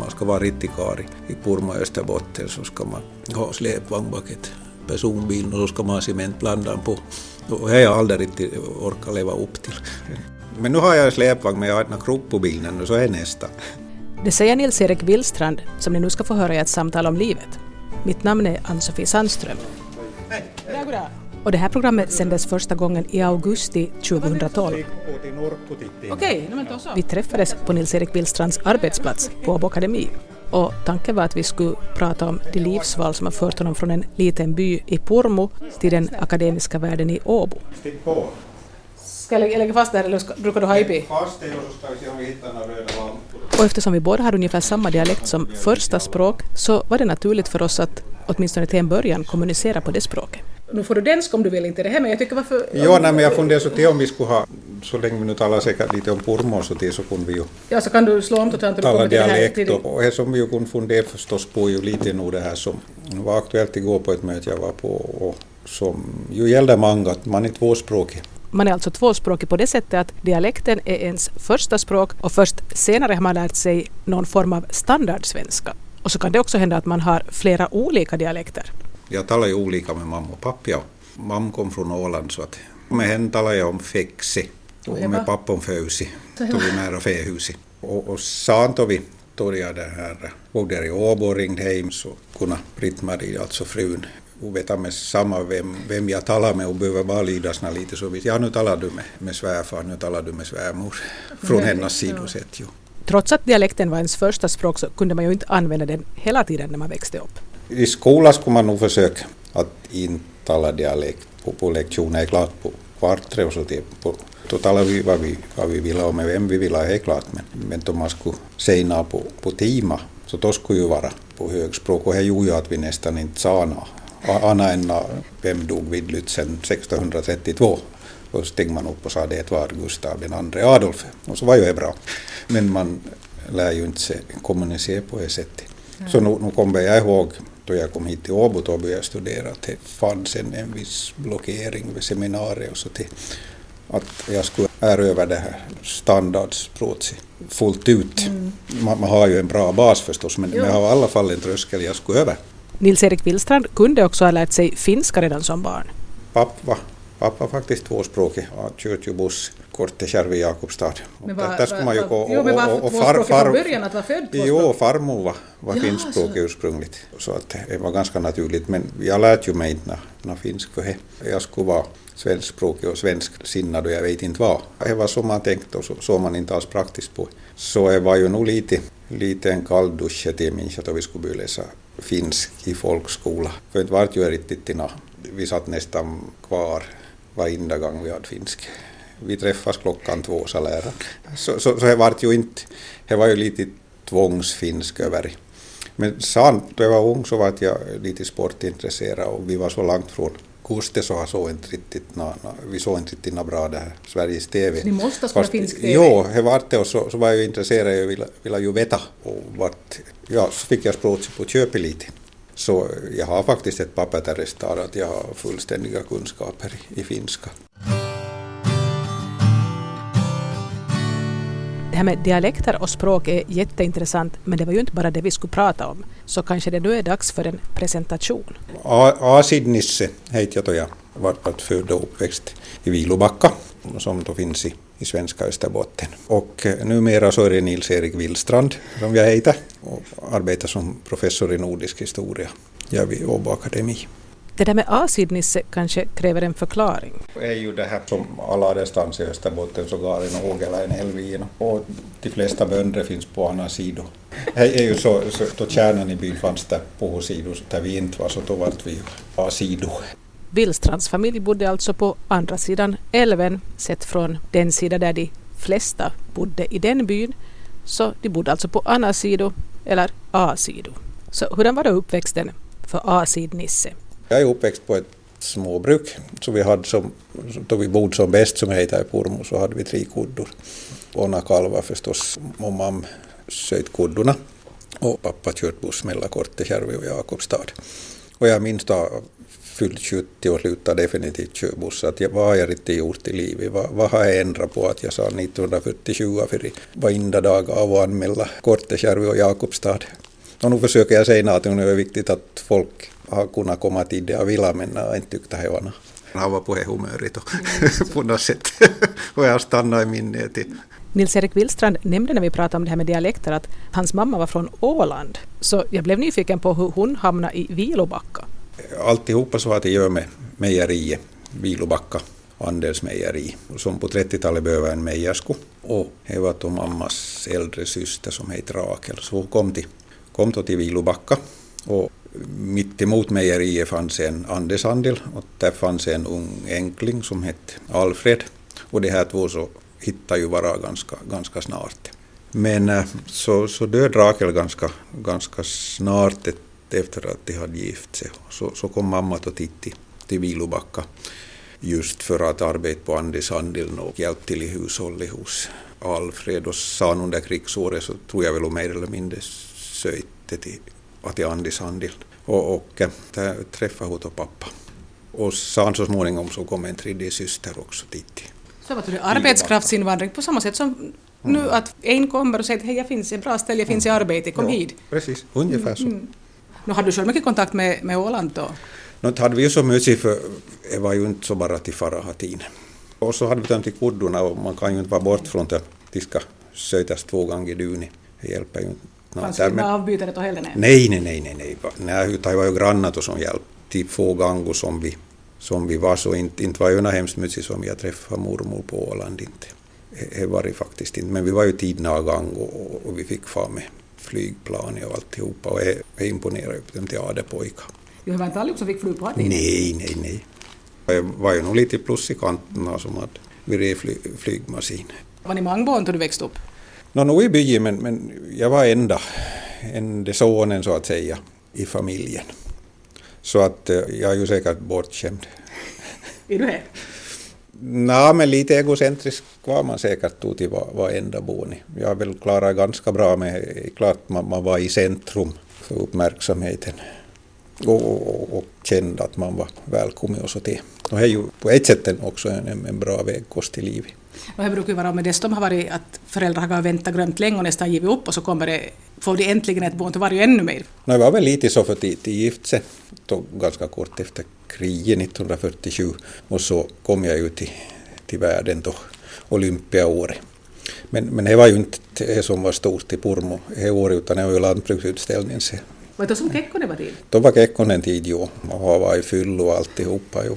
man ska vara rittikari i Purmo Österbotten så ska man ha släpvagn bak ett personbil och så ska man ha cementblandaren på. Och det har jag aldrig riktigt orkat leva upp till. Men nu har jag en släpvagn men jag har inte någon kropp på bilen och så är nästa. Det säger Nils-Erik Willstrand som ni nu ska få höra i ett samtal om livet. Mitt namn är Ann-Sofie Sandström. Och det här programmet sändes första gången i augusti 2012. Vi träffades på Nils-Erik Willstrands arbetsplats på Åbo Akademi. Och tanken var att vi skulle prata om de livsval som har fört honom från en liten by i Purmo till den akademiska världen i Åbo. Ska jag lägga fast det här eller brukar du ha IP? Fast det och så ska vi se om vi hittar några röda lampor. Och eftersom vi båda har ungefär samma dialekt som första språk så var det naturligt för oss att åtminstone till en början kommunicera på det språket. Nu får du dansk om du vill inte det här, men jag tycker varför... Ja, nej, men jag funderar så till om vi skulle ha, så länge vi nu talar säkert lite om Purmo så till så kunde vi ju... Ja, så kan du slå om totalt och tala dialekt och det som vi ju kunde fundera förstås på ju lite nog det här som var aktuellt igår på ett möte jag var på och som ju gällde många att man är tvåspråkig. Man är alltså tvåspråkig på det sättet att dialekten är ens första språk och först senare har man lärt sig någon form av standardsvenska. Och så kan det också hända att man har flera olika dialekter. Jag talar ju olika med mamma och pappa. Ja. Mamma kom från Åland så att med henne talar jag om fexi och med pappa om föusi. Tog vi nära fähusi. Och sen tog vi jag det här bodde i Åbo och ringde hem så kunde Britt-Marie, alltså frun, och veta med samma vem jag talar med och behöver bara lydasna lite så vis. Ja, nu talar du med svärfar, nu talar du med svärmor. Från hennes sidosätt ju. Trots att dialekten var ens första språk så kunde man ju inte använda den hela tiden när man växte upp. I skolan skulle man nog försöka att inte tala dialekt på lektioner, klart på kvartre och så till. Då talar vi vad vi vill ha och med vem vi vill ha, det är klart. Men om man skulle säga på tima så då skulle ju vara på högspråk och det gjorde ju att vi nästan inte sa något. Anna än vem dog vid Lützen 1632. Och steg man upp och sa det var Gustav II Adolf. Och så var ju det bra. Men man lär ju inte kommunicera på det sättet. Mm. Så nu kommer jag ihåg då jag kom hit till Åbo och började studera att det fanns en viss blockering vid seminariet och så till att jag skulle erövra det här standardspråket fullt ut. Mm. Man har ju en bra bas förstås men jag har i alla fall en tröskel jag skulle över. Nils-Erik Willstrand kunde också ha lärt sig finska redan som barn. Pappa faktiskt tvåspråkig, har kört ju buss kort till Kärvi Jakobstad. Men var tvåspråkig från början att vara född tvåspråkig? Jo, farmor var finskspråkig ursprungligt. Så att det var ganska naturligt. Men jag lärde ju mig inte någon finsk för det. Jag skulle vara svenskspråkig och svensksinnad och jag vet inte vad. Det var så man tänkte och så man inte alls praktiskt på. Så det var ju nog lite en kall dusch till minns att vi skulle börja läsa finsk i folkskola. För det var ju riktigt innan. Vi satt nästan kvar varenda gång vi hade finsk. Vi träffas 2:00 sa läraren. Så det var ju lite tvångsfinsk över. Men sant, då jag var ung så var jag lite sportintresserad och vi var så långt från kusten så vi såg inte riktigt bra det här Sveriges TV. Så ni måste spela finsk TV? Jo, det var det och så var jag intresserad och ville ju veta. Och så fick jag språk på köpet lite. Så jag har faktiskt ett papper där det står att jag har fullständiga kunskaper i finska. Det här med dialekter och språk är jätteintressant, men det var ju inte bara det vi skulle prata om. Så kanske det nu är dags för en presentation. Aasid Nisse heter jag. Var född och uppväxt i Vilobacka, som då finns i svenska Österbotten. Och numera så är det Nils-Erik Willstrand som jag heter och arbetar som professor i nordisk historia vid Åbo Akademi. Det där med Aasid-Nisse kanske kräver en förklaring. Det är ju det här som alla adelsstans i Österbotten så går en åg eller en älv och de flesta bönder finns på andra sidor. Det är ju så då kärnan i byn fanns där på sidor där vi inte var så då var vi A-sidor. Willstrands familj bodde alltså på andra sidan älven, sett från den sida där de flesta bodde i den byn. Så de bodde alltså på andra sidor eller A-sidor. Så hurdan var då uppväxten för Aasid-Nisse? Jag är uppväxt på ett småbruk så vi hade då vi bodde som bäst som heter i Purmo så hade vi 3 kuddor. Ona kalvar förstås och mamma söjt kuddorna och pappa kört buss mellan Kortekärvi och Jakobstad. Och jag minns då fyllt 70 och slutade definitivt köra buss. Att vad har jag inte gjort i livet? Vad har jag ändrat på att jag sa 1947 för varenda dag av och anmäla Korteskärvi och Jakobstad. Och nu försöker jag säga att det är viktigt att folk har kunnat komma till det jag vill, men jag inte tyckte det var han var på humöret på något sätt. Och jag stannade i minnet. Nils-Erik Willstrand nämnde när vi pratade om det här med dialekter att hans mamma var från Åland. Så jag blev nyfiken på hur hon hamnade i Vilobacka. Alltihopa så att det gör med mejeriet, Vilobacka, andelsmejeri, som på 30-talet behöver en mejersko. Och det var då mammas äldre syster som heter Rakel. Så hon kom till Vilobacka. Och mitt emot mejeriet fanns en andelshandel och där fanns en ung enkling som hette Alfred. Och det här två så hittade ju vara ganska snart. Men så död Rakel ganska snart efter att de hade gift sig. Så kom mamma till Vilobacka just för att arbeta på andelshandeln och hjälpa till i hushållet hos Alfred. Och sa under krigsåret så tror jag väl mer eller mindre söjte till andelshandeln. Och där träffade hon och pappa. Och sen så småningom så kom en tredje syster också dit. Så var det arbetskraftsinvandring på samma sätt som nu att en kommer och säger att hej, jag finns i bra ställe, jag finns i arbete, kom hit. Precis, ungefär så. Nu hade du själv mycket kontakt med Åland då? Nu hade vi ju så mycket för det var ju inte så bara till Farahatin. Och så hade vi den till kuddorna och man kan ju inte vara bort från att de ska sötas 2 gånger i duni. Det hjälper ju inte. Fanns det inte avbytare då heller? Nej. Nej, det var ju grannat och som hjälpte till 2 gånger som vi var, så inte var ju hemskt mycket som jag träffade mormor på Åland inte. Det var det faktiskt inte, men vi var ju tiderna gång och vi fick få med flygplan och alltihopa och jag imponerade upp dem till adepojkar. Det var inte alla som fick flyg på tiden? Nej. Det var ju nog lite plus i kanterna som hade varit flygmaskin. Var ni många barn då du växte upp? Nog i byn, men jag var enda sonen så att säga i familjen. Så att jag är ju säkert bortskämd. Är du det? Nej, men lite egocentrisk var man säkert då till var enda barn. Jag har väl klarat ganska bra med, klart man var i centrum för uppmärksamheten. Och kände att man var välkommen och så till. Och det är ju på ett sätt också en bra vägkost i livet. Och det brukar ju vara med det som har varit att föräldrar har väntat glömt länge och nästan givit upp och så får de äntligen ett barn, då var det ju ännu mer. Det var väl lite så för att de gift sig ganska kort efter kriget 1947 och så kom jag ju till världen då, Olympiaåret. Men det var ju inte det som var stort i Pormo det året utan det var ju lantbruksutställningen. Var det som Kekkonen var tid? Då var Kekkonen tid, jo. Och var i fyll och alltihopa, jo.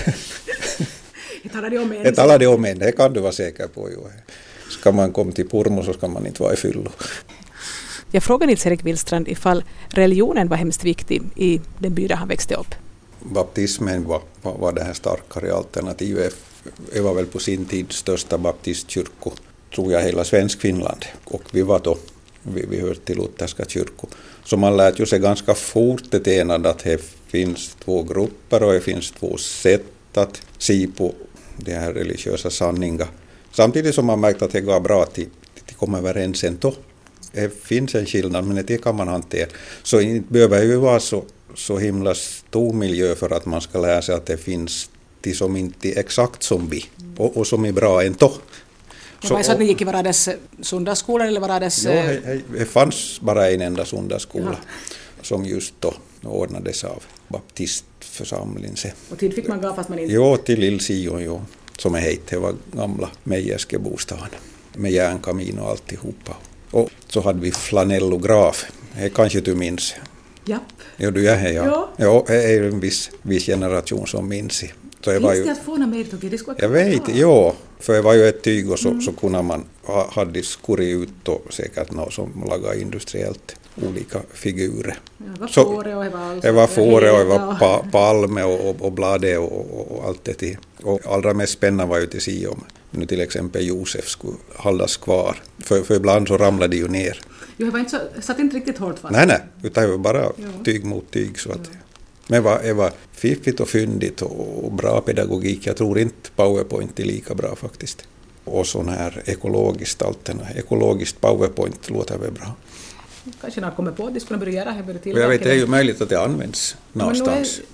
Det talade om en. Det kan du vara säker på, jo. Ska man komma till Pormo så ska man inte vara i fyll. Jag frågade Nils-Erik Willstrand ifall religionen var hemskt viktig i den by där han växte upp. Baptismen var det här starkare alternativet. Det var väl på sin tid största baptistkyrko, tror jag, hela Svensk-Finland. Och vi var då, vi hörde till lutherska kyrkor. Så man lät ju sig ganska fort det att det finns 2 grupper och det finns 2 sätt att se på de här religiösa sanningar. Samtidigt som man märkte att det går bra till komma överens ändå. Det finns en skillnad, men det kan man hantera. Så det behöver ju vara så himla stor miljö för att man ska lära sig att det finns de som inte är exakt som vi och som är bra ändå. Var det så att ni gick i varandras söndagsskola eller varandras... Ja, det fanns bara en enda söndagsskola som just då ordnades av baptistförsamlingen. Och tid fick man gå fast man inte... Jo, till Lill-Sion, som är hejt. Det var gamla Meijerskebostaden med järnkamin och alltihopa. Och så hade vi flanellograf. Det kanske du minns. Ja. Jo, du är här, ja. Ja, det är en viss generation som minns. Så finns det att få några mer tyg? Jag vet, ja. För det var ju ett tyg och så kunde man hade skurit ut och säkert något som lagade industriellt olika figurer. Det var fåre och det var palme och blade och allt det till. Och allra mest spännande var ju till sig om nu till exempel Josef skulle hållas kvar. För ibland så ramlade det ju ner. Jo, det var inte så, satt inte riktigt hårt fast. Nej, utan det var bara tyg mot tyg så att... Men det var fiffigt och fyndigt och bra pedagogik. Jag tror inte PowerPoint är lika bra faktiskt. Och sån här ekologiskt PowerPoint låter väl bra. Kanske när kommer på att de skulle börja göra det. Jag vet, det är ju möjligt att det används någonstans.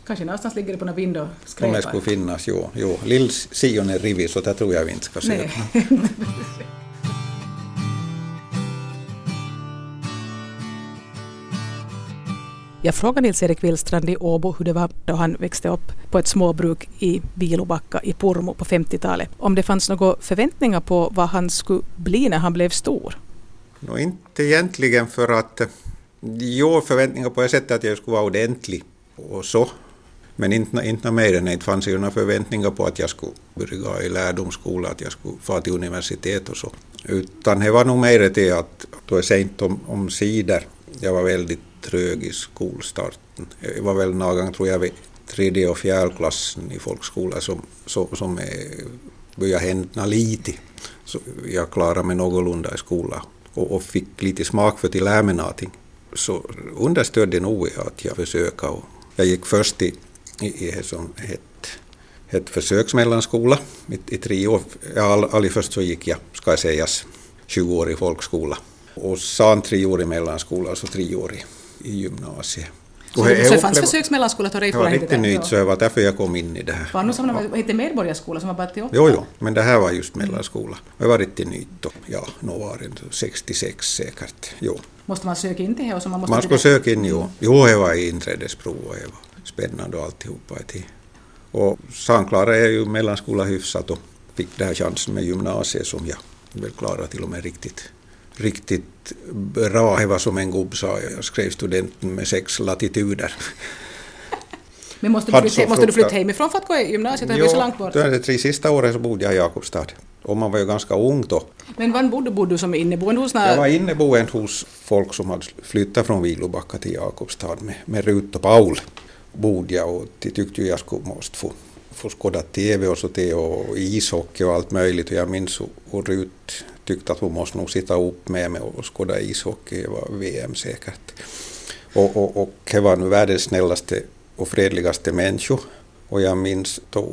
Kanske någonstans ligger det på någon vind och Om skräpar. det skulle finnas, jo. Lill Sion är rivi, så det tror jag vi inte ska se. Nej. Jag frågade Nils-Erik Willstrand i Åbo hur det var då han växte upp på ett småbruk i Vilobacka i Pormo på 50-talet. Om det fanns några förväntningar på vad han skulle bli när han blev stor? Inte egentligen, för att jag förväntningar på det sättet att jag skulle vara ordentlig och så. Men inte mer än det fanns ju några förväntningar på att jag skulle börja i lärdomsskola, att jag skulle få till universitet och så. Utan det var nog mer det att då är sent om sidor. Jag var väldigt trög i skolstarten. Jag var väl någon gång, tror jag, vid 3:e och 4:e klassen i folkskola som började hända lite. Så jag klarade mig någorlunda i skolan och fick lite smak för att lära mig någonting. Så understödde nog att jag försökte. Jag gick först i som ett försöksmellanskola i 3 år. Allra först så gick jag, ska jag sägas, 20 år i folkskola. Och sen 3 år i mellanskola, alltså 3 år i gymnasiet. Så det fanns försöksmellanskola till det var riktigt nytt, så det var därför jag kom in i det här. Var det någon som hette medborgarskola som var bara till 8? Jo, men det här var just mellanskola. Det var riktigt nytt då. Ja, nu var det 66 säkert. Jo. Måste man söka in till det? Och man skulle söka in, jo. Jo, det var inträdesprov och det var spännande och alltihopa. Och sen klarade jag ju mellanskola hyfsat och fick den här chansen med gymnasiet som jag väl klarade till och med riktigt bra. Det var som en gubb sa, jag skrev studenten med 6 latituder. Men måste du flytta hemifrån för att gå i gymnasiet? Det var så långt bort. De 3 sista åren så bodde jag i Jakobstad. Och man var ju ganska ung då. Men var bodde du som inneboende hos? Jag var inneboende hos folk som hade flyttat från Vilobacka till Jakobstad med Rut och Paul. Bodde jag och de tyckte jag måste få skåda tv och så det och ishockey och allt möjligt. Och jag minns och Rut tyckte att hon måste nog sitta upp med mig och skåda ishockey. Det var VM säkert. Och det var nu världens snällaste och fredligaste människor. Och jag minns då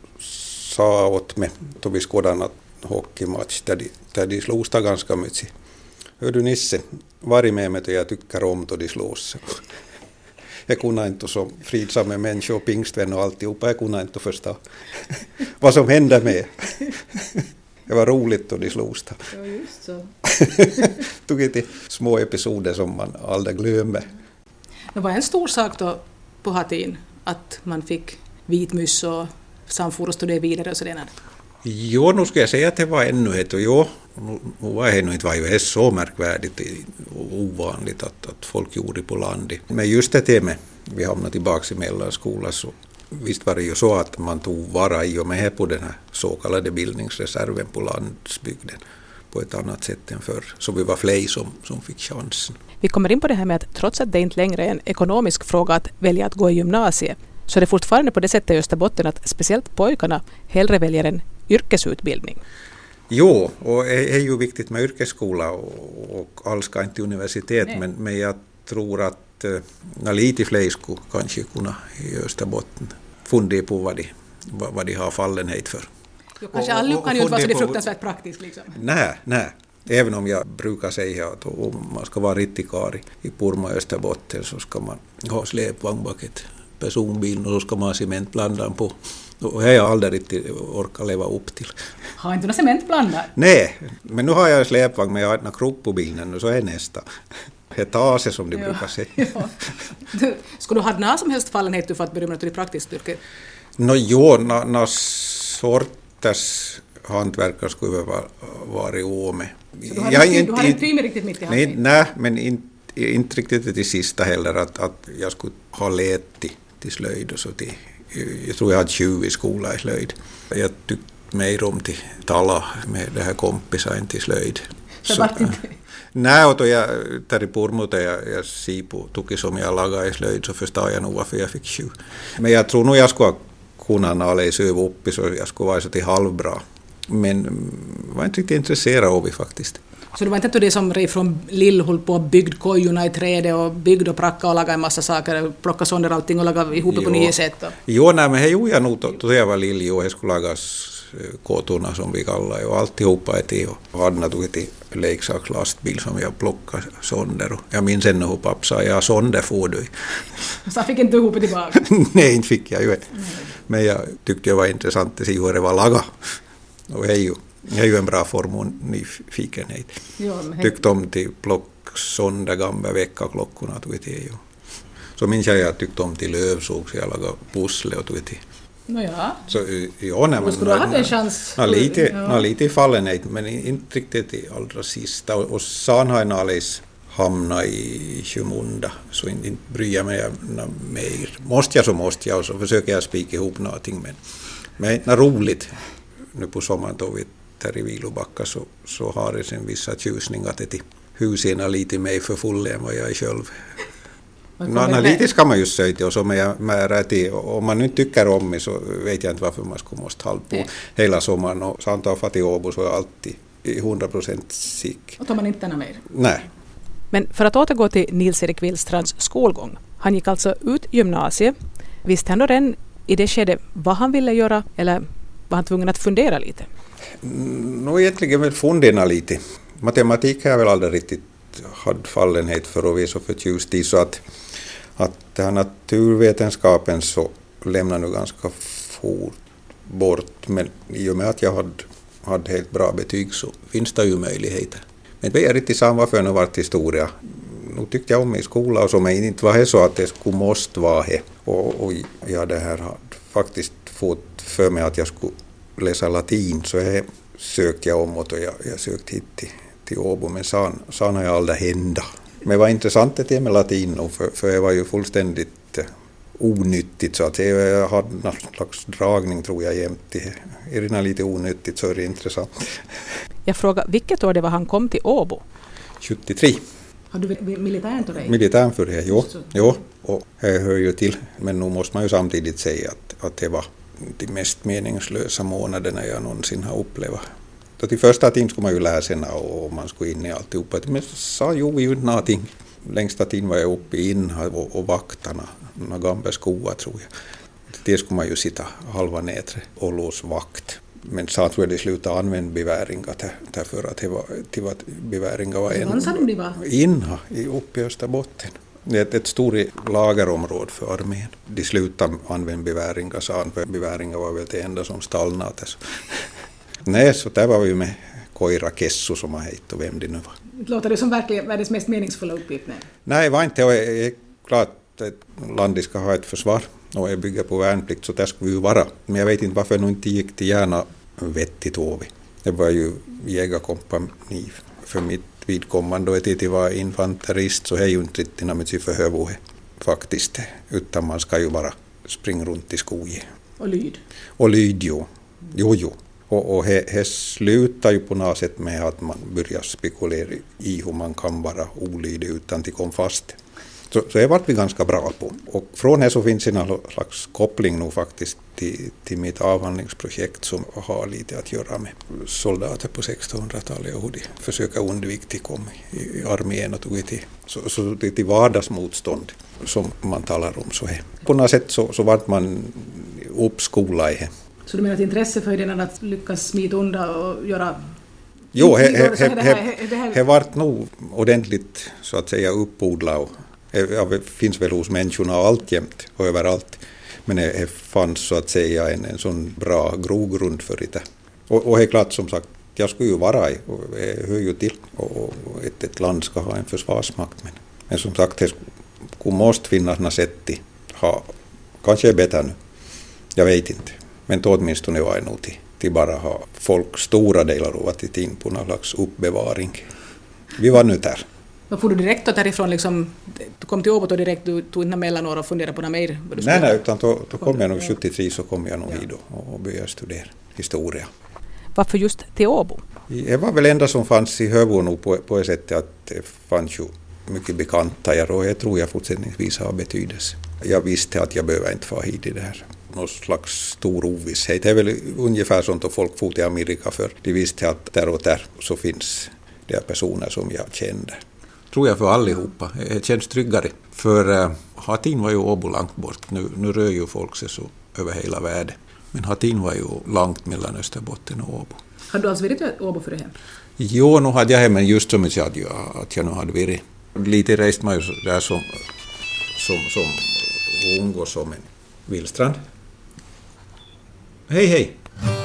sa åt mig då vi skådade en hockeymatch där de slås ganska mycket. Hör du Nisse, var med mig då jag tycker om då de slås. Jag kunde inte som fridsamma människor och pingstvän och alltihopa, jag kunde inte förstå vad som hände med. Det var roligt då de slogs. Ja, just så. Tog inte små episoder som man aldrig glömmer. Det var en stor sak då på Hatin att man fick vit myss och samfor och studera vidare och sådär. Jo, nu ska jag säga att det var ännu ett och jo, nu var det inte var ju så märkvärdigt och ovanligt att folk gjorde på landet. Men just det med, vi hamnade tillbaka i mellanskolan så visst var det ju så att man tog vara i och med på den här så kallade bildningsreserven på landsbygden på ett annat sätt än förr. Så vi var fler som fick chansen. Vi kommer in på det här med att trots att det inte längre är en ekonomisk fråga att välja att gå i gymnasiet så är det fortfarande på det sättet i Österbotten att speciellt pojkarna hellre väljer en yrkesutbildning. Jo, och det är ju viktigt med yrkesskola och all ska inte universitet, men jag tror att lite fler skulle kanske kunna i Österbotten fundera på vad de har fallenhet för. Jo, kanske alla kan ju inte vara så fruktansvärt praktiskt. Liksom. Nej. Även om jag brukar säga att om man ska vara riktig kar i Pormo Österbotten så ska man ha släpvagn bak ett personbil och så ska man ha cementblandaren på. Och det har jag aldrig riktigt orkat leva upp till. Har inte någon cementblandare? Nej, men nu har jag en släpvagn men jag har inte någon kropp på bilen och så är nästa. Det tar sig som de brukar säga. Ja. Skulle du ha någon som helst fallenhet för att börja med ett praktiskt yrke? Några sorters hantverkare skulle vara i Åme. Du har inte trymme riktigt mitt i handen? Nej, men inte riktigt till sista heller att jag skulle ha lätt till slöjd och så till. Jag tror jag hade 20 i skola i slöjd. Jag tyckte mer om till tala med det här kompisar till slöjd. Nej, och då jag där i Pormo där jag ser på tuki som jag lagade i slöjd så förstår jag nog varför jag fick 20. Men jag tror nog jag skulle kunna läsa över upp så jag skulle vara så till halvbra. Men var inte riktigt intresserad av det faktiskt. Så det var inte det som rev från Lill höll på och byggde kojorna i trädet och byggde och prackade och lagade en massa saker, plockade sönder allting och lagade ihop på nya sätt? Jo, nej, men det gjorde jag nog då jag var Lill och jag skulle lagas kotona som vi kallar och alltihopa är till och hade naturligtvis leksakslastbil som jag plockade sönder. Och jag minns ännu hur pappa sa, ja sönder får du. Så fick inte ihop det tillbaka? Nej, inte fick jag ju. Men jag tyckte det var intressant att se hur det var lagat. Och det är ju en bra form och nyfikenhet. Tyckte om till plock sönder gamla veckaklockorna. Så minns jag tyckte om till lövsåg så jag lagade pussle och tog till. Nåja. Så ja, nej, men skulle du ha en chans? Lite fallenhet, men inte riktigt i allra sista. Och sen har jag alldeles hamnat i skymundan, så inte bryr jag mig mer. Måste jag och så försöker jag spika ihop någonting. Men det är roligt. Nu på sommaren då vi där i Vilobacka så har det en vissa tjusning att det till husen är lite mer för fulla än vad jag är själv. Analytiskt kan man ju säga, och så om man nu tycker om mig så vet jag inte varför man skulle måste hålla på hela sommaren. Och sant av att i Åbo så är jag alltid 100% sick. Och tar man inte denna mer? Nej. Men för att återgå till Nils-Erik Willstrands skolgång. Han gick alltså ut gymnasiet. Visste han då redan i det skedet vad han ville göra, eller var han tvungen att fundera lite? Nog egentligen väl fundera lite. Matematik har jag väl aldrig riktigt hade fallenhet för och vi är så förtjust i, så att den här naturvetenskapen så lämnar nu ganska fort bort, men i och med att jag hade helt bra betyg så finns det ju möjligheter. Men det är riktigt samma för nu vart historia. Nu tyckte jag om i skolan och så, men inte var det så att det skulle måste vara det. Och jag det här hade faktiskt fått för mig att jag skulle läsa latin, så jag sökte jag om och jag sökte hit till Åbo, men sen har jag aldrig hända. Men det var intressant det med latin, för det var ju fullständigt onyttigt, så att jag hade någon slags dragning tror jag jämt. Är det lite onyttigt så är det intressant. Jag frågar vilket år det var han kom till Åbo? 73. Har du militären till dig? Militären för det, jo. Och det hör ju till, men nu måste man ju samtidigt säga att det var de mest meningslösa månaderna jag någonsin har upplevt. Så till första tiden skulle man ju lära sig och man skulle in i alltihopa. Men så sa ju inte någonting. Längsta tiden var jag uppe in och vaktarna, några gamla skoar tror jag. Det skulle man ju sitta halva nätre och låsa vakt. Men så tror jag det slutade använda beväringar därför att beväringar var inha uppe i Österbotten. Det är ett stort lagerområde för armén. De slutade använda beväringar, så beväringar var väl det enda som stallnade. Nej, så där var vi med Koira Kessu som har hejt och vem det nu var. Låter det som verkligen världens mest meningsfulla uppgift? Nej, det var inte. Det är klart att landet ska ha ett försvar och jag bygger på värnplikt, så där skulle vi ju vara. Men jag vet inte varför jag inte gick till gärna vettigt Åvi. Det var ju jägarkompani för mitt vidkommande, och att det var infanterist så är ju inte riktigt när man ser för hövåhe faktiskt. Utan man ska ju bara springa runt i skogen. Och lyd, jo. Och det slutar ju på något sätt med att man börjar spekulera i hur man kan vara olydig utan att komma fast. Så det var vi ganska bra på. Och från det så finns en slags koppling nu faktiskt till mitt avhandlingsprojekt som har lite att göra med soldater på 1600-talet och hur de försöker undvika att komma i armén och tog till. Så det är till vardagsmotstånd som man talar om så här. På något sätt så vart man uppskolad i det. Så du menar att intresse för den att lyckas smita undan och göra... Jo, det vart nog ordentligt så att säga uppodlat. Det finns väl hos människorna alltjämt och överallt. Men det fanns så att säga en sån bra grogrund för det. Och det är klart som sagt, jag skulle ju vara i och det hör ju till. Och ett land ska ha en försvarsmakt. Men som sagt, det måste finnas något sätt att ha. Kanske är bättre nu. Jag vet inte. Men åtminstone var det nog till bara ha folk stora delar av att det in på någon slags uppbevaring. Vi var nu där. Vad får du direkt därifrån? Liksom, du kom till Åbo och direkt du tog inte mellanår och funderade på något mer? Nej, utan då kom jag nog 73 så kom jag nog hit och började studera historia. Varför just till Åbo? Det var väl enda som fanns i Hövå nog på ett sätt att det fanns ju mycket bekanta och jag tror jag fortsättningsvis har betydelse. Jag visste att jag behöver inte få hit i det här. Någon slags stor ovisshet. Det är väl ungefär sånt att folk får till Amerika för de visste att där och där så finns det personer som jag kände. Tror jag för allihopa. Det känns tryggare. För Hatin var ju Åbo långt bort. Nu rör ju folk sig så över hela världen. Men Hattin var ju långt mellan Österbotten och Åbo. Har du alltså varit i Åbo för det här? Jo, nu hade jag hem, men just som jag sa att jag nu hade varit. Lite rest man ju där som ung och som en Villstrand. Hej!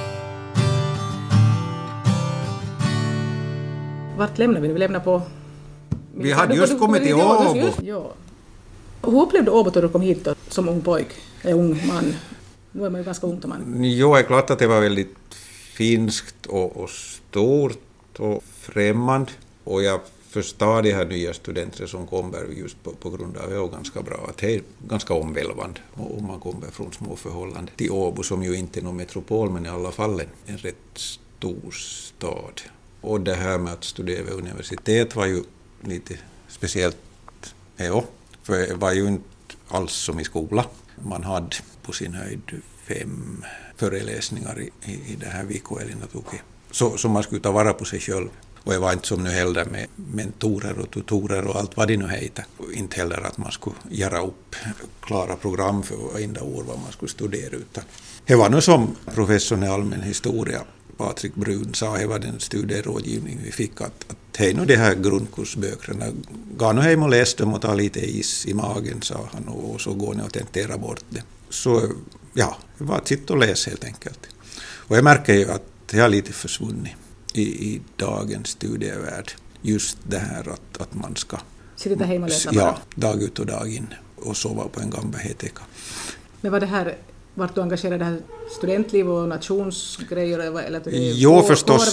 Vart lämnar vi nu? Vi lämnar på... Vi hade just kommit till Åbo. Ja. Hur upplevde Åbo då du kom hit då, som ung pojk? Ung man. Nu är man ju ganska ung man. Jo, det är klart att det var väldigt finskt och stort och främmande. Och jag förstår de här nya studenter som kommer just på grund av det är ganska bra. Att det är ganska omvälvande om man kommer från små förhållanden till Åbo som ju inte är någon metropol men i alla fall en rätt stor stad. Och det här med att studera vid universitet var ju lite speciellt. Ja, för det var ju inte alls som i skola. Man hade på sin höjd 5 föreläsningar i det här vikoelina tog. Så man skulle ta vara på sig själv. Och det var inte som nu heller med mentorer och tutorer och allt vad det nu heter. Och inte heller att man skulle göra upp klara program för varenda år vad man skulle studera. Utan det var nu som professorn i allmän historia, Patrik Brun, sa, det var den studierådgivning vi fick att hej nu de här grundkursböckerna, gå nu hem och läs dem och ta lite is i magen, sa han, och så går ni och tentera bort det. Så ja, det var att sitta och läsa helt enkelt. Och jag märker ju att det har lite försvunnit i dagens studievärld. Just det här att man ska sitta hemma och läsa bara. Ja, dag ut och dag in och sova på en gammal heteka. Men var det här, vart du engagerade i det här studentliv och nationsgrejer eller jo, förstås.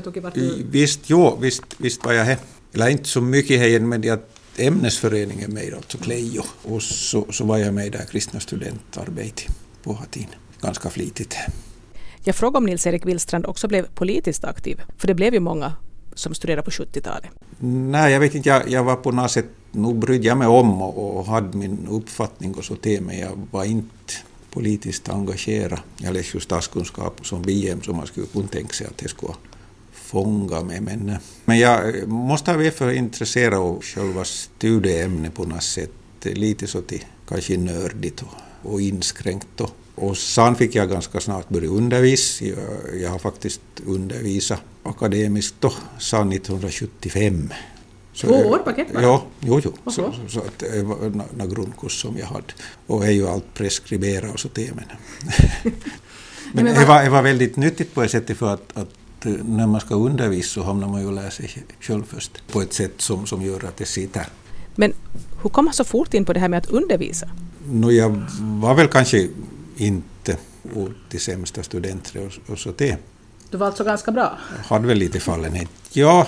Visst var jag här. Eller inte så mycket här men att ämnesföreningen med alltså Klejo och så var jag med i det kristna studentarbete på Hattin ganska flitigt. Jag frågade om Nils-Erik Willstrand också blev politiskt aktiv, för det blev ju många som studerade på 70-talet. Nej, jag vet inte, jag var på något sätt, nu brydde jag mig om och hade min uppfattning och så till, men jag var inte politiskt engagerad. Jag läste ju statskunskap som BM som man skulle kunna tänka sig att det skulle fånga mig. Men jag måste ha varit för intresserad av själva studieämnet på något sätt, lite så till kanske nördigt och inskränkt då. Och sen fick jag ganska snart börja undervisa. Jag har faktiskt undervisat akademiskt då, sedan 1975. 2 år paket bara? Ja, jo. Så att det var en grundkurs som jag hade. Och det är ju allt preskriberat och så det. Men det var väldigt nyttigt på ett sätt för att när man ska undervisa så hamnar man ju och lära sig själv först. På ett sätt som gör att det sitter. Men hur kom man så fort in på det här med att undervisa? Jag var väl kanske inte de sämsta studenter och så det. Du var alltså ganska bra? Jag hade väl lite fallenhet. Ja.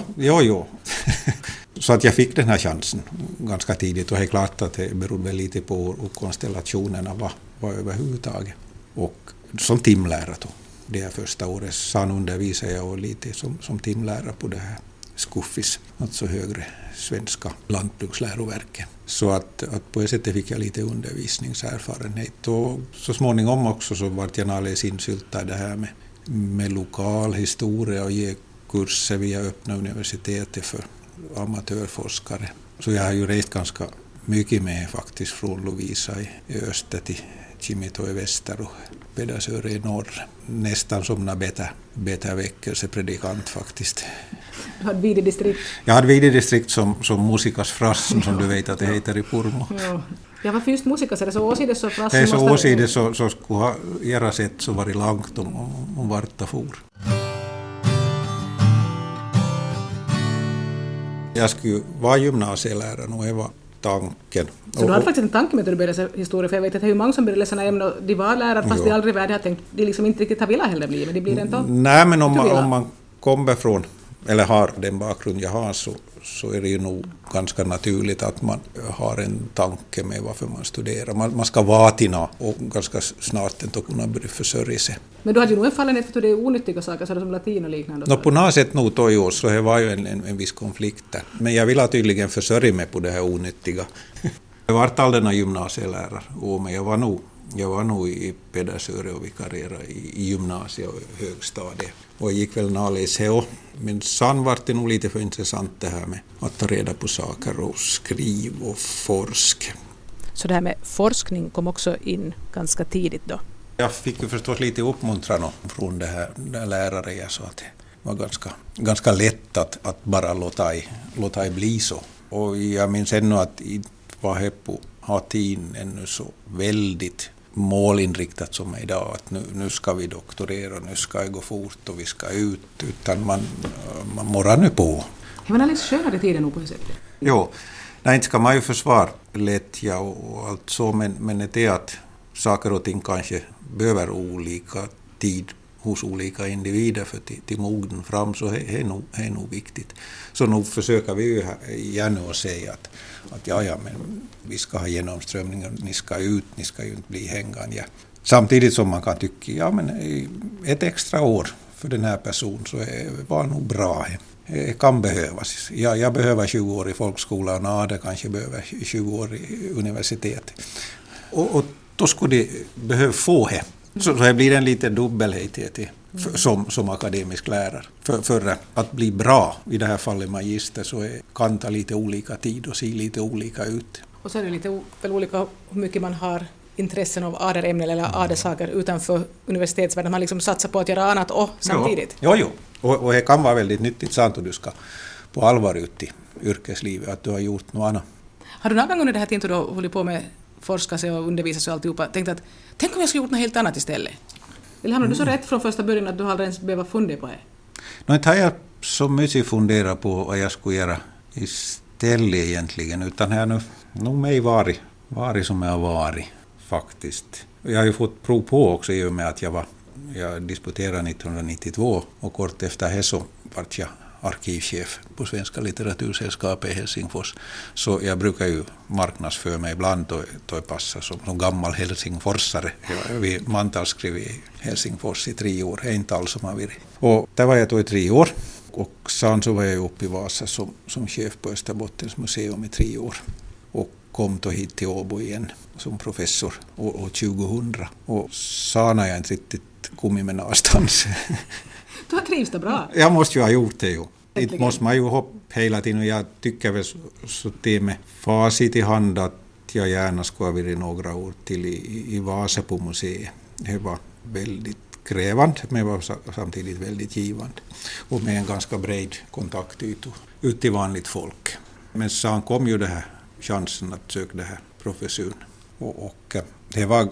Så att jag fick den här chansen ganska tidigt och det är klart att det berodde väl lite på hur konstellationerna var överhuvudtaget. Och som timlärare då. Det är första året sen undervisade jag och lite som timlärare på det här Skuffis, alltså högre svenska lantbruksläroverken. Så att på det sättet fick jag lite undervisningserfarenhet och så småningom också så vart jag alldeles insyltad i det här med lokal historia och ge kurser via öppna universitetet för amatörforskare. Så jag har ju rest ganska mycket med faktiskt från Lovisa i öster till Kimito i väster och Pedersöre i norr. Nästan som en beta-väckelsepredikant faktiskt. Du hade Vide distrikt? Jag hade Vide distrikt som Musikas Frassen som du vet att det heter i Pormo. Ja, varför just Musikas? Är det så åsides så Frassen? Det är så åsides så skulle ha göras ett så var det långt om varta for. Jag skulle vara gymnasielärare och det var tanken. Så du hade faktiskt en tanke med att du började läsa historia, för jag vet att det är hur många som började läsa ämnen och de var lärare fast de aldrig var det. Jag tänkte, de liksom inte riktigt har velat heller bli, men det blir ändå. Nej, men om man kommer från, eller har den bakgrund jag har så är det ju nog ganska naturligt att man har en tanke med varför man studerar. Man ska vara till något och ganska snart inte kunna börja försörja sig. Men du hade ju nog en fallenhet för det är onyttiga saker, så som latin och liknande. På något sätt nog tog jag så det var ju en viss konflikt där. Men jag ville tydligen försörja mig på det här onyttiga. Jag var aldrig någon gymnasielärare, men jag var nog i Pedersöre och vikarierade i gymnasiet och högstadiet. Och jag gick väl nalles här. Men sen var det nog lite för intressant det här med att ta reda på saker och skriva och forska. Så det här med forskning kom också in ganska tidigt då? Jag fick ju förstås lite uppmuntran från det här lärare jag sa att det var ganska lätt att bara låta det bli så. Och jag minns ännu att i var Heppo har tiden ännu så väldigt målinriktat som idag, att nu ska vi doktorera, nu ska det gå fort och vi ska ut, utan man morrar nu på. Det var alldeles skönare tiden på det sättet. Jo, nej, inte ska man ju försvara lättja och allt så, men det är att saker och ting kanske behöver olika tid hos olika individer för till mogden fram, så är nog viktigt. Så nog försöker vi ju gärna att säga att ja, men vi ska ha genomströmningar, ni ska ut, ni ska ju inte bli hängande. Ja. Samtidigt som man kan tycka, ja men ett extra år för den här personen så var nog bra. Det kan behövas. Jag behöver 20 år i folkskolan och Ada kanske behöver 20 år i universitet. Och då skulle de behöva få det. Så det blir en liten dubbelhet som akademisk lärare. För att bli bra, i det här fallet magister, så kan ta lite olika tid och se lite olika ut. Och så är det lite olika hur mycket man har intressen av ADR-ämnen eller ADR-saker utanför universitetsvärlden. Man liksom satsar på att göra annat och samtidigt. Jo. Och det kan vara väldigt nyttigt sant att du ska på allvar ut i yrkeslivet, att du har gjort något annat. Har du någon gång under det här tiden då hållit på med forska sig och undervisa sig och alltihopa tänkt att tänk om jag skulle gjort något helt annat istället? Eller hamnar du så rätt från första början att du aldrig ens behöver fundera på det? Inte har jag så mycket fundera på vad jag skulle göra istället egentligen, utan jag har nog mig varit som jag har varit faktiskt. Jag har ju fått prov på också i och med att jag disputerade 1992 och kort efter det så var jag arkivchef på Svenska litteratursällskapet i Helsingfors. Så jag brukar ju marknadsföra mig ibland och passa som gammal helsingforsare. Vi mantalskrev i Helsingfors i 3 år, det är inte alls som har varit. Och där var jag då i 3 år och sen så var jag uppe i Vasa som chef på Österbottens museum i 3 år. Och kom då hit till Åbo igen som professor år 2000. Och sen har jag inte riktigt kommit med någonstans. Du har trivs det bra. Jag måste ju ha gjort det ju. Inte måste man ju hoppa hela tiden, och jag tycker väl så det med facit i hand att jag gärna skulle ha varit några år till i Vasa på museet. Det var väldigt krävande men var samtidigt väldigt givande. Och med en ganska bred kontaktyta ut till vanligt folk. Men sen kom ju det här chansen att söka det här professuren. Och det var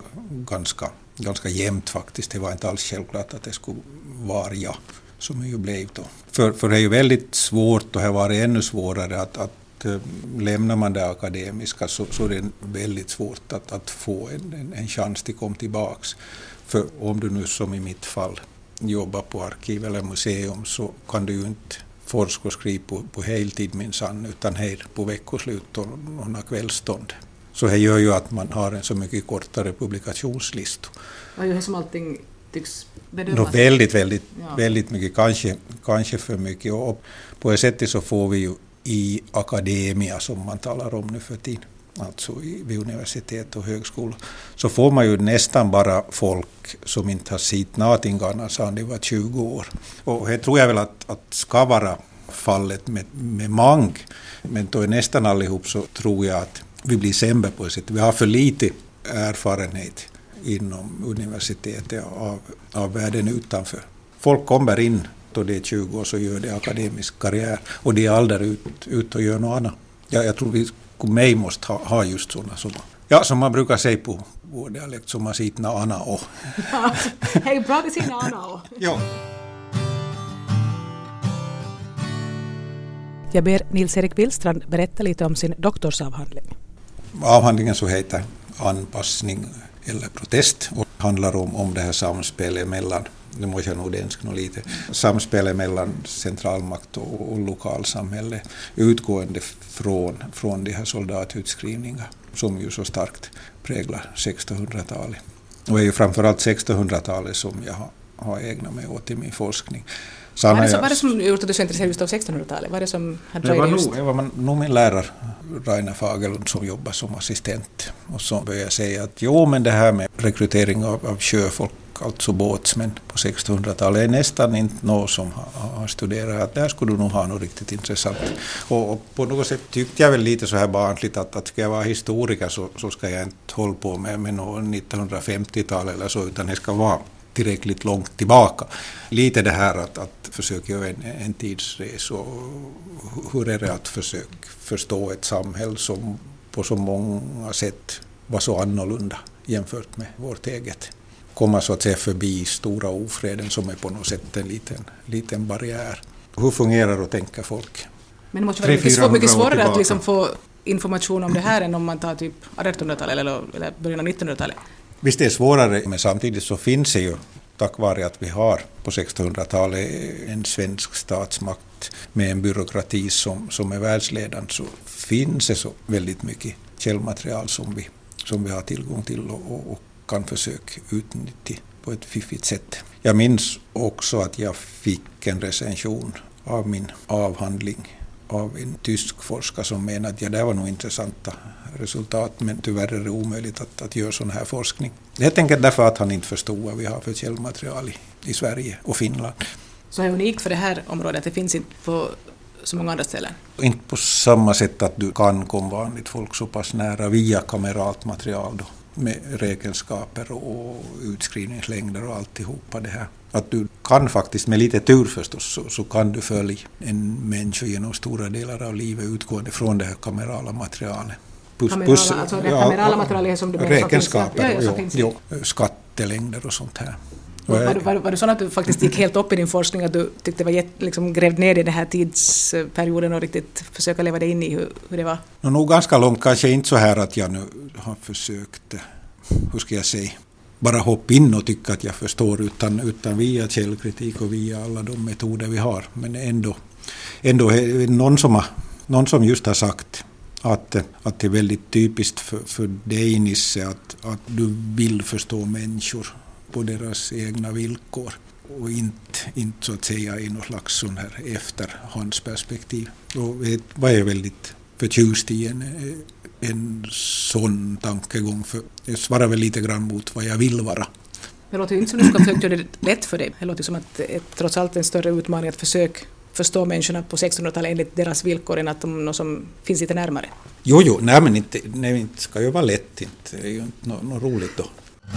ganska jämnt faktiskt. Det var inte alls självklart att det skulle vara jag som det ju blev då. För det är ju väldigt svårt och det har varit ännu svårare att lämnar man det akademiska så är det väldigt svårt att få en chans att komma tillbaks. För om du nu som i mitt fall jobbar på arkiv eller museum så kan du ju inte forska och skriva på heltid minsann utan här på veckoslut och några kvällstånd. Så det gör ju att man har en så mycket kortare publikationslista. Vad gör det som allting tycks bedömas? Väldigt mycket, kanske för mycket. Och på ett sätt så får vi ju i akademia som man talar om nu för tiden, alltså vid universitet och högskolor, så får man ju nästan bara folk som inte har sett någonting annat sedan det var 20 år. Och det tror jag väl att ska vara fallet med många, men då är nästan allihop så tror jag att vi blir sämre på det sättet. Vi har för lite erfarenhet inom universitetet av världen utanför. Folk kommer in då det är 20 år så gör det akademisk karriär och det är aldrig ut och gör något annat. Jag tror vi mig måste ha just sådana som man brukar säga på vår dialekt som man sitter något annat och. Hej, bra att se något annat och. Ja. Jag ber Nils-Erik Billstrand berätta lite om sin doktorsavhandling. Avhandlingen så heter Anpassning eller protest och handlar om det här samspelet mellan, nu måste jag nog denska lite, samspelet mellan centralmakt och lokalsamhälle utgående från de här soldatutskrivningar som ju så starkt präglar 1600-talet. Och det är ju framförallt 1600-talet som jag har ägnat mig åt i min forskning. Vad är det som gjort att du så intresserad just av 1600-talet? Vad är det som har dröjt just? Det var nog min lärare Rainer Fagerlund som jobbar som assistent och som började säga att men det här med rekrytering av sjöfolk, alltså båtsmän på 1600-talet är nästan inte något som har studerat. Att där skulle du nog ha något riktigt intressant. Och på något sätt tyckte jag väl lite så här barnsligt att ska jag vara historiker så ska jag inte hålla på med något 1950-tal eller så, utan det ska vara tillräckligt långt tillbaka. Lite det här att försöka göra en tidsresa och hur är det att försöka förstå ett samhälle som på så många sätt var så annorlunda jämfört med vårt eget. Komma så att säga förbi stora ofreden som är på något sätt en liten barriär. Hur fungerar det att tänka folk? Men det måste vara mycket svårare att liksom få information om det här än om man tar typ 1800-talet eller början av 1900-talet. Visst är det svårare, men samtidigt så finns det ju, tack vare att vi har på 1600-talet en svensk statsmakt med en byråkrati som är världsledande, så finns det så väldigt mycket källmaterial som vi har tillgång till och kan försöka utnyttja på ett fiffigt sätt. Jag minns också att jag fick en recension av min avhandling av en tysk forskare som menade att det var nog intressanta resultat, men tyvärr är det omöjligt att göra sån här forskning. Helt enkelt därför att han inte förstod vad vi har för källmaterial i Sverige och Finland. Så är det unikt för det här området att det finns inte på så många andra ställen? Inte på samma sätt att du kan komma vanligt folk så pass nära via kameralt material då, med räkenskaper och utskrivningslängder och alltihopa det här. Att du kan faktiskt, med lite tur förstås, så kan du följa en människa genom stora delar av livet utgående från det här kamerala materialet. Alltså det kamerala materialet som du menar räkenskaper, skattelängder och sånt här. Var det så att du faktiskt gick helt upp i din forskning, att du tyckte det var liksom grävt ner i den här tidsperioden och riktigt försöka leva dig in i hur det var? Nog ganska långt, kanske inte så här att jag nu har försökt, hur ska jag säga, bara hoppa in och tycka att jag förstår utan via källkritik och via alla de metoder vi har. Men ändå någon som just har sagt att det är väldigt typiskt för dig, Nisse, att du vill förstå människor på deras egna villkor och inte så att säga i något slags sån här efterhandsperspektiv. Och vad är väldigt förtjust i en sån tankegång, för det svarar väl lite grann mot vad jag vill vara. Det låter ju inte som att du ska försöka göra det lätt för dig. Det låter som att det är trots allt en större utmaning att försöka förstå människorna på 1600-talet enligt deras villkor än att de som finns lite närmare. Jo, nej, men inte ska ju vara lätt, inte. Det är ju inte något roligt då.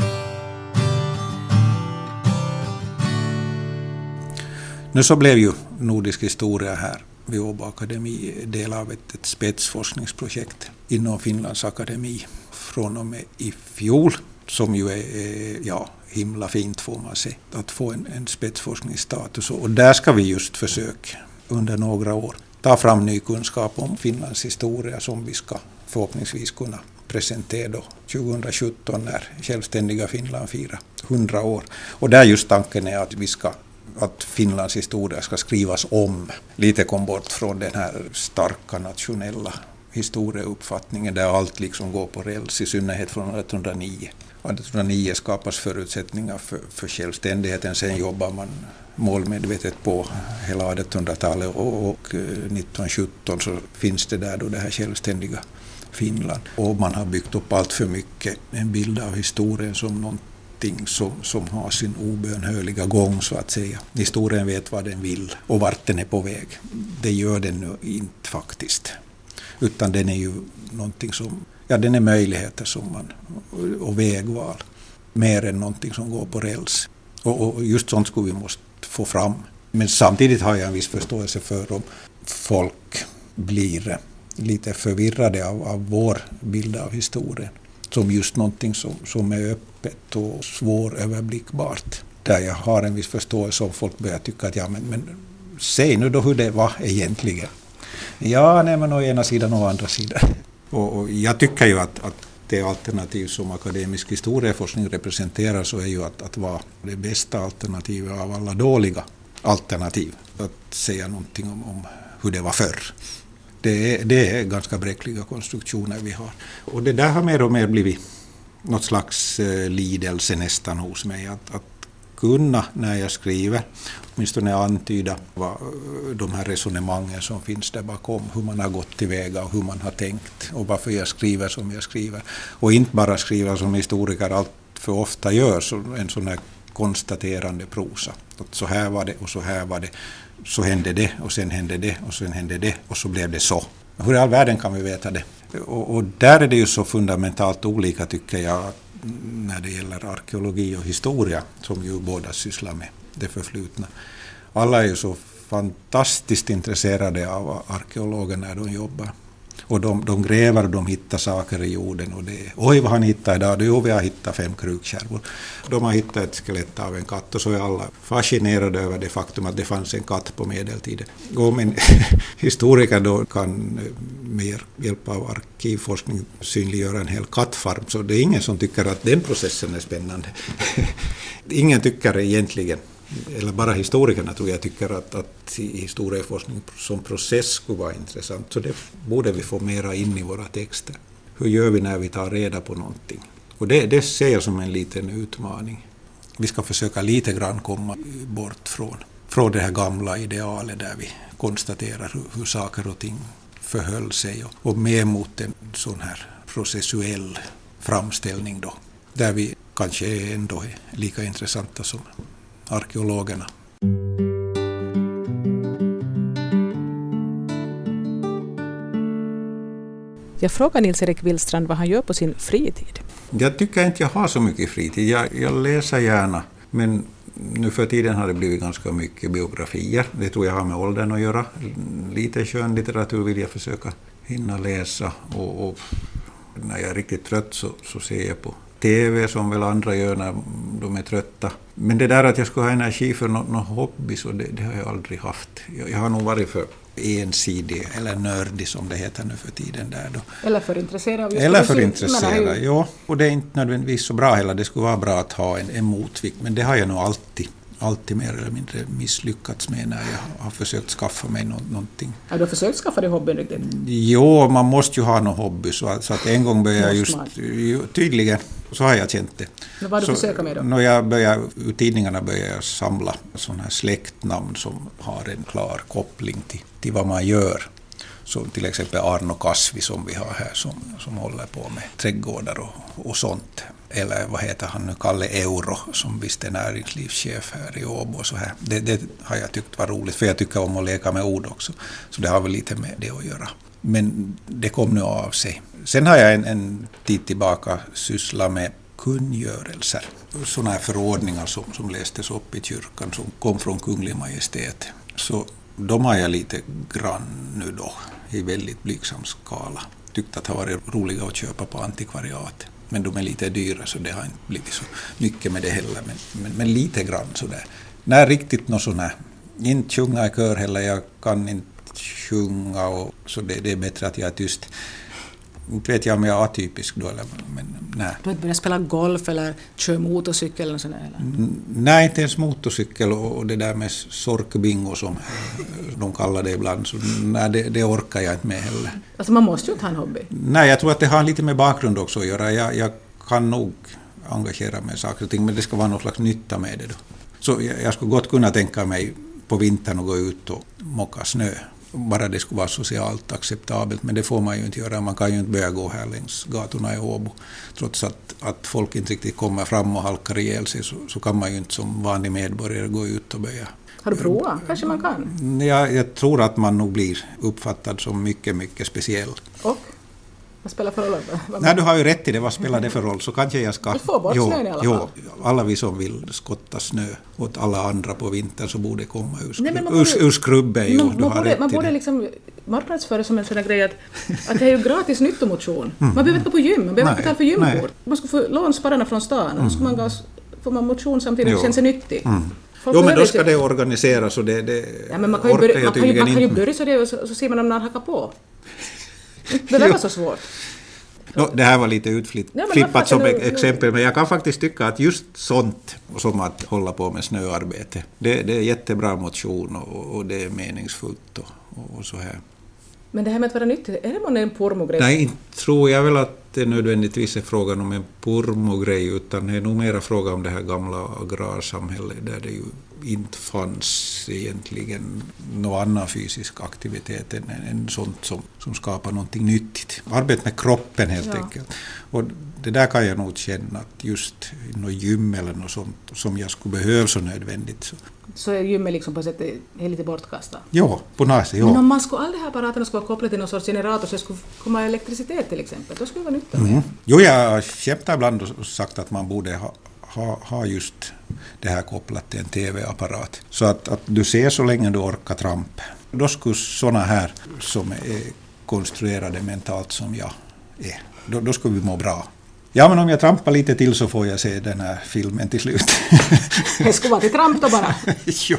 Nu så blev ju nordisk historia här vid Åbo Akademi del av ett spetsforskningsprojekt inom Finlands akademi från och med i fjol, som ju är himla fint får man se, att få en spetsforskningsstatus. Och där ska vi just försöka under några år ta fram ny kunskap om Finlands historia som vi ska förhoppningsvis kunna presentera då 2017 när självständiga Finland firar 100 år. Och där just tanken är att Finlands historia ska skrivas om. Lite kom bort från den här starka nationella historieuppfattningen där allt liksom går på räls, i synnerhet från 1809. 1809 skapas förutsättningar för självständigheten, sen jobbar man målmedvetet på hela 1800-talet och 1917 så finns det där då det här självständiga Finland. Och man har byggt upp allt för mycket en bild av historien som någonting som har sin obönhörliga gång så att säga. Historien vet vad den vill och vart den är på väg. Det gör den nu inte faktiskt. Utan den är ju någonting som, den är möjligheter som man, och vägval. Mer än någonting som går på räls. Och just sånt skulle vi måste få fram. Men samtidigt har jag en viss förståelse för om folk blir lite förvirrade av vår bild av historien. Som just någonting som är öppet och svåröverblickbart. Där jag har en viss förståelse om folk börjar tycka att men säg nu då hur det var egentligen. Men å ena sidan och å andra sidan. Och jag tycker ju att det alternativ som akademisk historieforskning representerar så är ju att vara det bästa alternativet av alla dåliga alternativ. Att säga någonting om hur det var förr. Det är ganska bräckliga konstruktioner vi har. Och det där har mer och mer blivit något slags lidelse nästan hos mig. Att kunna när jag skriver, åtminstone antyda de här resonemangen som finns där bakom, hur man har gått tillväga och hur man har tänkt och varför jag skriver som jag skriver. Och inte bara skriva som historiker allt för ofta gör, så en sån här konstaterande prosa. Att så här var det och så här var det, så hände det och sen hände det och sen hände det och så blev det så. Hur i all världen kan vi veta det? Och där är det ju så fundamentalt olika, tycker jag, när det gäller arkeologi och historia, som ju båda sysslar med det förflutna. Alla är ju så fantastiskt intresserade av arkeologer när de jobbar. Och de gräver och de hittar saker i jorden. Och det, oj, vad har ni hittat idag? Jo, vi har hittat 5 krukskärvor. De har hittat ett skelett av en katt, och så är alla fascinerade över det faktum att det fanns en katt på medeltiden. Om en historiker då kan med hjälp av arkivforskning synliggöra en hel kattfarm, så det är ingen som tycker att den processen är spännande. Ingen tycker egentligen, eller bara historikerna tror jag tycker att historieforskning som process skulle vara intressant. Så det borde vi få mera in i våra texter. Hur gör vi när vi tar reda på någonting? Och det ser jag som en liten utmaning. Vi ska försöka lite grann komma bort från det här gamla idealet där vi konstaterar hur saker och ting förhöll sig och med mot en sån här processuell framställning då, där vi kanske ändå är lika intressanta som arkeologerna. Jag frågar Nils-Erik Willstrand vad han gör på sin fritid. Jag tycker inte jag har så mycket fritid. Jag läser gärna, men nu för tiden har det blivit ganska mycket biografier. Det tror jag har med åldern att göra. Lite skönlitteratur vill jag försöka hinna läsa, och när jag är riktigt trött så ser jag på TV som väl andra gör när de är trötta. Men det där att jag skulle ha energi för någon hobby, så det har jag aldrig haft. Jag har nog varit för ensidig eller nördig som det heter nu för tiden där då. Eller för intresserad. Eller för intresserad, ja. Och det är inte nödvändigtvis så bra heller. Det skulle vara bra att ha en motvikt, men det har jag nog alltid mer eller mindre misslyckats med när jag har försökt skaffa mig någonting. Ja, du har försökt skaffa dig hobbyn riktigt? Jo, man måste ju ha någon hobby, så att en gång började jag just, tydligen, så har jag känt det. Men vad har du försökt med då? När ur tidningarna började jag samla sådana här släktnamn som har en klar koppling till vad man gör. Som till exempel Arno Kasvi som vi har här som håller på med trädgårdar och sånt. Eller vad heter han nu, Kalle Euro, som visst är näringslivschef här i Åbo och så här. Det har jag tyckt var roligt, för jag tycker om att leka med ord också. Så det har väl lite med det att göra. Men det kom nu av sig. Sen har jag en tid tillbaka sysslat med kungörelser. Sådana här förordningar som lästes upp i kyrkan som kom från Kunglig Majestät. Så de har jag lite grann nu då i väldigt blygsam skala. Tyckte att det har varit roliga att köpa på antikvariat. Men de är lite dyra, så det har inte blivit så mycket med det heller. Men lite grann sådär. När riktigt något sån här. Inte sjunga i kör heller, jag kan inte sjunga, och så det är bättre att jag är tyst. Inte vet jag om jag är atypisk då, men nej. Du har inte börjat spela golf eller köra motorcykel eller sådär? Nej, inte ens motorcykel och det där med sorkbingo som de kallar det ibland. Så nej, det orkar jag inte med heller. Alltså man måste ju inte ha en hobby. Nej, jag tror att det har lite med bakgrund också att göra. Jag kan nog engagera mig i saker och ting, men det ska vara någon slags nytta med det då. Så jag skulle gott kunna tänka mig på vintern och gå ut och mocka snö. Bara det skulle vara socialt acceptabelt, men det får man ju inte göra. Man kan ju inte börja gå här längs gatorna i Åbo. Trots att folk inte riktigt kommer fram och halkar ihjäl sig, så kan man ju inte som vanlig medborgare gå ut och börja. Har du provat? Kanske man kan? Jag tror att man nog blir uppfattad som mycket, mycket speciell. Och? Vad spelar för roll? Nej, du har ju rätt i det. Vad spelar det för roll? Så kanske jag ska... Du får bort snön i alla fall. Alla vi som vill skotta snö åt alla andra på vintern så borde komma ur skrubben. Man borde liksom marknadsföra som en sån här grej att det är ju gratis nyttomotion. Man behöver inte gå på gym, man behöver inte betala för gymkort. Man ska få låna spararna från stan och så får man motion samtidigt och känner sig nyttig. Jo, men då ska det organiseras och det ja, men man kan ju börja så ser man om någon hackar på. Det där var så svårt. Det här var lite utflippat som exempel, men jag kan faktiskt tycka att just sånt som att hålla på med snöarbete, det är jättebra motion och det är meningsfullt och så här. Men det här med att vara nyttig, är det månne en pormogrej? Nej, inte tror jag väl att inte nödvändigtvis är frågan om en pormogrej, utan det är nog mera fråga om det här gamla agrarsamhället där det ju inte fanns egentligen någon annan fysisk aktivitet än sånt som skapar någonting nyttigt. Arbete med kroppen helt enkelt. Och det där kan jag nog känna att just något gym eller något sånt som jag skulle behöva så nödvändigt. Så är gymmet liksom på sätt är lite bortkastat? Ja, på naset, ja. Men om man skulle, alla de här apparaterna skulle vara kopplade till någon sorts generator så det skulle komma elektricitet till exempel, då skulle det vara nytta med. Jo, jag har kämpat ibland och sagt att man borde ha just det här kopplat till en tv-apparat. Så att du ser så länge du orkar trampa. Då skulle såna här som är konstruerade mentalt som jag är, då skulle vi må bra. Ja, men om jag trampar lite till så får jag se den här filmen till slut. Det skulle vara till tramp då bara. Jo.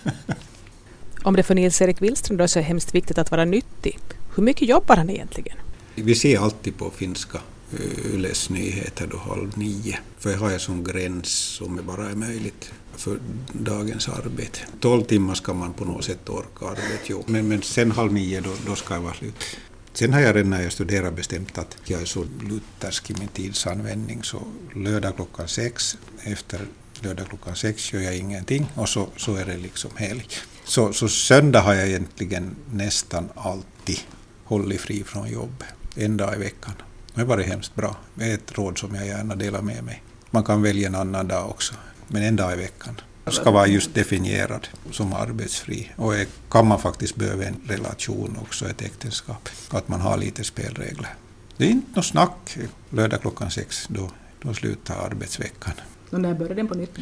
Om det för Nils-Erik Willstrand då är så hemskt viktigt att vara nyttig, hur mycket jobbar han egentligen? Vi ser alltid på finska Yles nyheter då 8:30. För jag har en sån gräns som bara är möjligt för dagens arbete. 12 timmar ska man på något sätt orka arbeta. Men sen 8:30 då ska jag vara slut. Sen har jag redan när jag studerar bestämt att jag är så luthersk i min tidsanvändning, så lördag klockan 6, efter lördag klockan 6 gör jag ingenting och så är det liksom helg. Så söndag har jag egentligen nästan alltid hållit fri från jobb, en dag i veckan. Det har varit hemskt bra. Det är ett råd som jag gärna delar med mig. Man kan välja en annan dag också, men en dag i veckan. Det ska vara just definierad som arbetsfri. Och kan man faktiskt behöva en relation också, ett äktenskap. Att man har lite spelregler. Det är inte något snack. Lördag klockan 6, då slutar arbetsveckan. Och när börjar den på nytt då?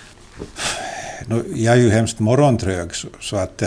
Jag är ju hemskt morgontrög, så att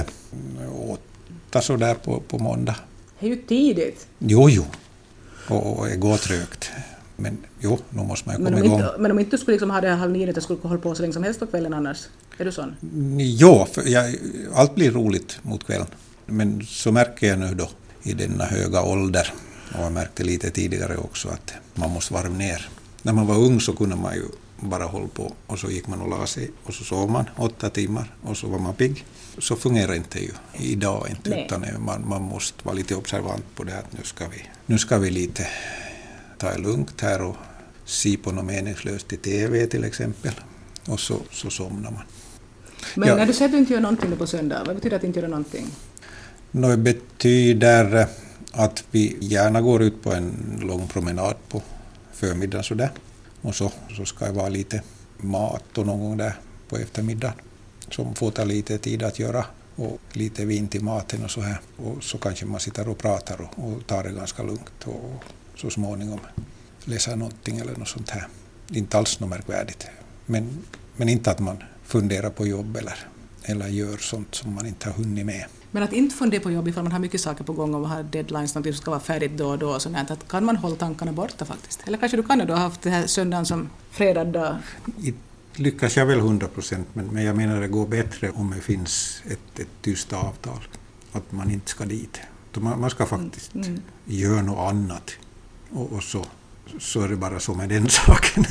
8 så där på måndag. Det är ju tidigt. Jo. Och det går trögt. Men nu måste man ju komma igång. Men om inte du skulle liksom ha det här 8:30, skulle du hålla på så länge som helst på kvällen annars? Är du sån? Jo, allt blir roligt mot kvällen. Men så märker jag nu då i denna höga ålder, och jag märkte lite tidigare också, att man måste varva ner. När man var ung så kunde man ju bara hålla på och så gick man och la sig och så sov man 8 timmar och så var man pigg. Så fungerar inte ju idag inte. Nej. Utan man måste vara lite observant på det att nu ska vi lite ta det lugnt här och se på något meningslöst i tv till exempel. Och så somnar man. Men när du säger att du inte gör någonting på söndag, vad betyder det att inte göra någonting? Det betyder att vi gärna går ut på en lång promenad på förmiddagen sådär. Och så ska det vara lite mat och någon gång där på eftermiddagen som får ta lite tid att göra. Och lite vin till maten och så här. Och så kanske man sitter och pratar och tar det ganska lugnt och så småningom läsa någonting eller något sånt här. Inte alls något märkvärdigt. Men inte att man funderar på jobb eller gör sånt som man inte har hunnit med. Men att inte fundera på jobb ifall man har mycket saker på gång och har deadlines, något som ska vara färdigt då och då och sånt, att kan man hålla tankarna borta faktiskt? Eller kanske du kan då ha haft det här söndagen som fredag dag? Lyckas jag väl 100%, men jag menar det går bättre om det finns ett tyst avtal. Att man inte ska dit. Man ska faktiskt göra något annat. Och så är det bara så med den saken.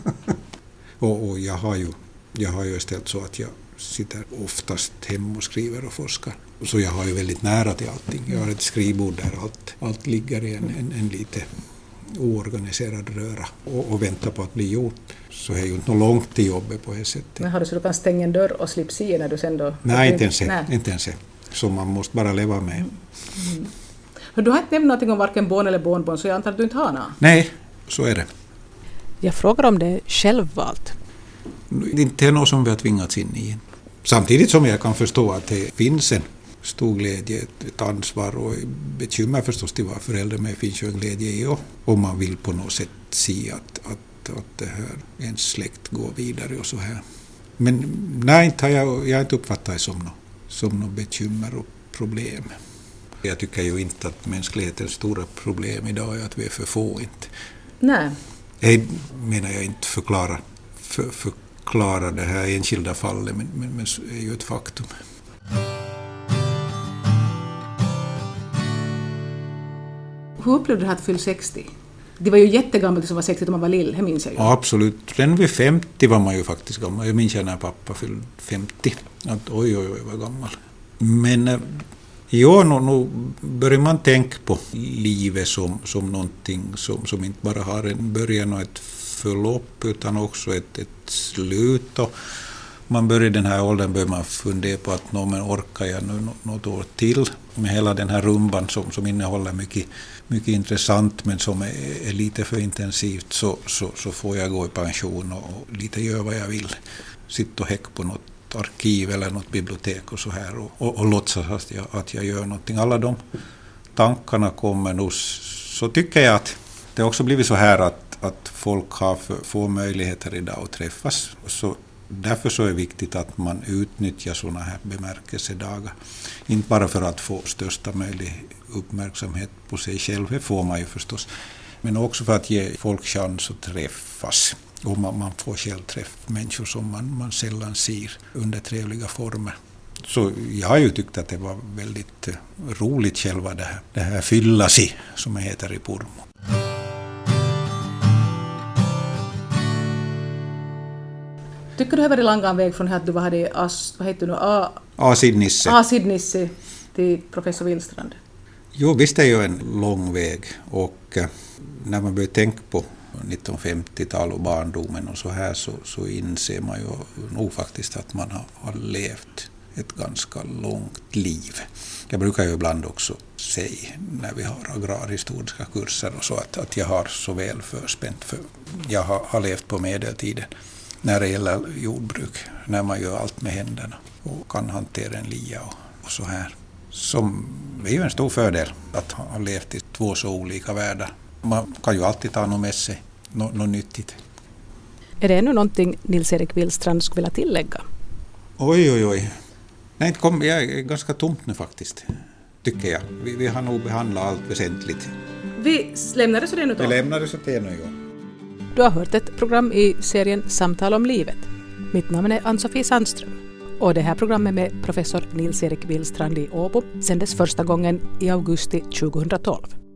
och jag har ju istället så att jag sitter oftast hemma och skriver och forskar. Så jag har ju väldigt nära till allting. Jag har ett skrivbord där allt ligger i en lite oorganiserad röra och väntar på att bli gjort. Så är ju inte något långt till jobbet på det sättet. Men har du så du kan stänga en dörr och slippa se när du sen då... Nej, inte ens. Så man måste bara leva med. Du har inte nämnt någonting om varken barn eller barnbarn, så jag antar att du inte har något? Nej, så är det. Jag frågar om det är självvalt. Det är inte något som vi har tvingats in i. Samtidigt som jag kan förstå att det finns en stor glädje, ett ansvar och bekymmer förstås till vara förälder, men det finns ju en glädje i om man vill på något sätt se att det här ens släkt går vidare och så här. Men nej, jag har inte uppfattat det som något bekymmer och problem. Jag tycker ju inte att mänsklighetens stora problem idag är att vi är för få. Inte. Nej. Jag menar jag inte förklara det här enskilda fallet, men det är ju ett faktum. Hur upplevde du att fylla 60? Det var ju jättegammalt som var 60 när man var lill, det minns jag ju. Ja, absolut. Redan vid 50 var man ju faktiskt gammal. Jag minns när pappa fyllde 50. Att oj vad gammal. Men Jo, nu börjar man tänka på livet som någonting som inte bara har en början och ett förlopp utan också ett slut. Och man börjar i den här åldern börjar man fundera på att men orkar jag nu något år till med hela den här rumban som innehåller mycket intressant men som är lite för intensivt så får jag gå i pension och lite göra vad jag vill. Sitta och häcka på något arkiv eller något bibliotek och så här och låtsas att jag gör någonting. Alla de tankarna kommer nog, så tycker jag att det också blivit så här att folk har få möjligheter idag att träffas. Så därför så är det viktigt att man utnyttjar sådana här bemärkelsedagar. Inte bara för att få största möjliga uppmärksamhet på sig själv, det får man ju förstås. Men också för att ge folk chans att träffas. Och man får själv träffa människor som man sällan ser under trevliga former. Så jag har ju tyckt att det var väldigt roligt själva det här fyllasi som det heter i Pormo. Tycker du det har varit lång väg från att du var i Asidnissi till professor Willstrand? Jo, visst är ju en lång väg och när man börjar tänka på 1950-tal och barndomen och så här så inser man ju nog faktiskt att man har levt ett ganska långt liv. Jag brukar ju ibland också säga när vi har agrarhistoriska kurser och så att jag har så väl förspänt för jag har levt på medeltiden när det gäller jordbruk, när man gör allt med händerna och kan hantera en lia och så här. Som är ju en stor fördel att ha levt i två så olika världar. Man kan ju alltid ta något med sig, något nyttigt. Är det ännu någonting Nils-Erik Willstrand skulle vilja tillägga? Oj. Nej, jag är ganska tomt nu faktiskt, tycker jag. Vi har nog behandlat allt väsentligt. Vi lämnar det så det nu då? Vi lämnar det så det nu, ja. Du har hört ett program i serien Samtal om livet. Mitt namn är Ann-Sofie Sandström. Och det här programmet med professor Nils-Erik Willstrand i Åbo sändes första gången i augusti 2012.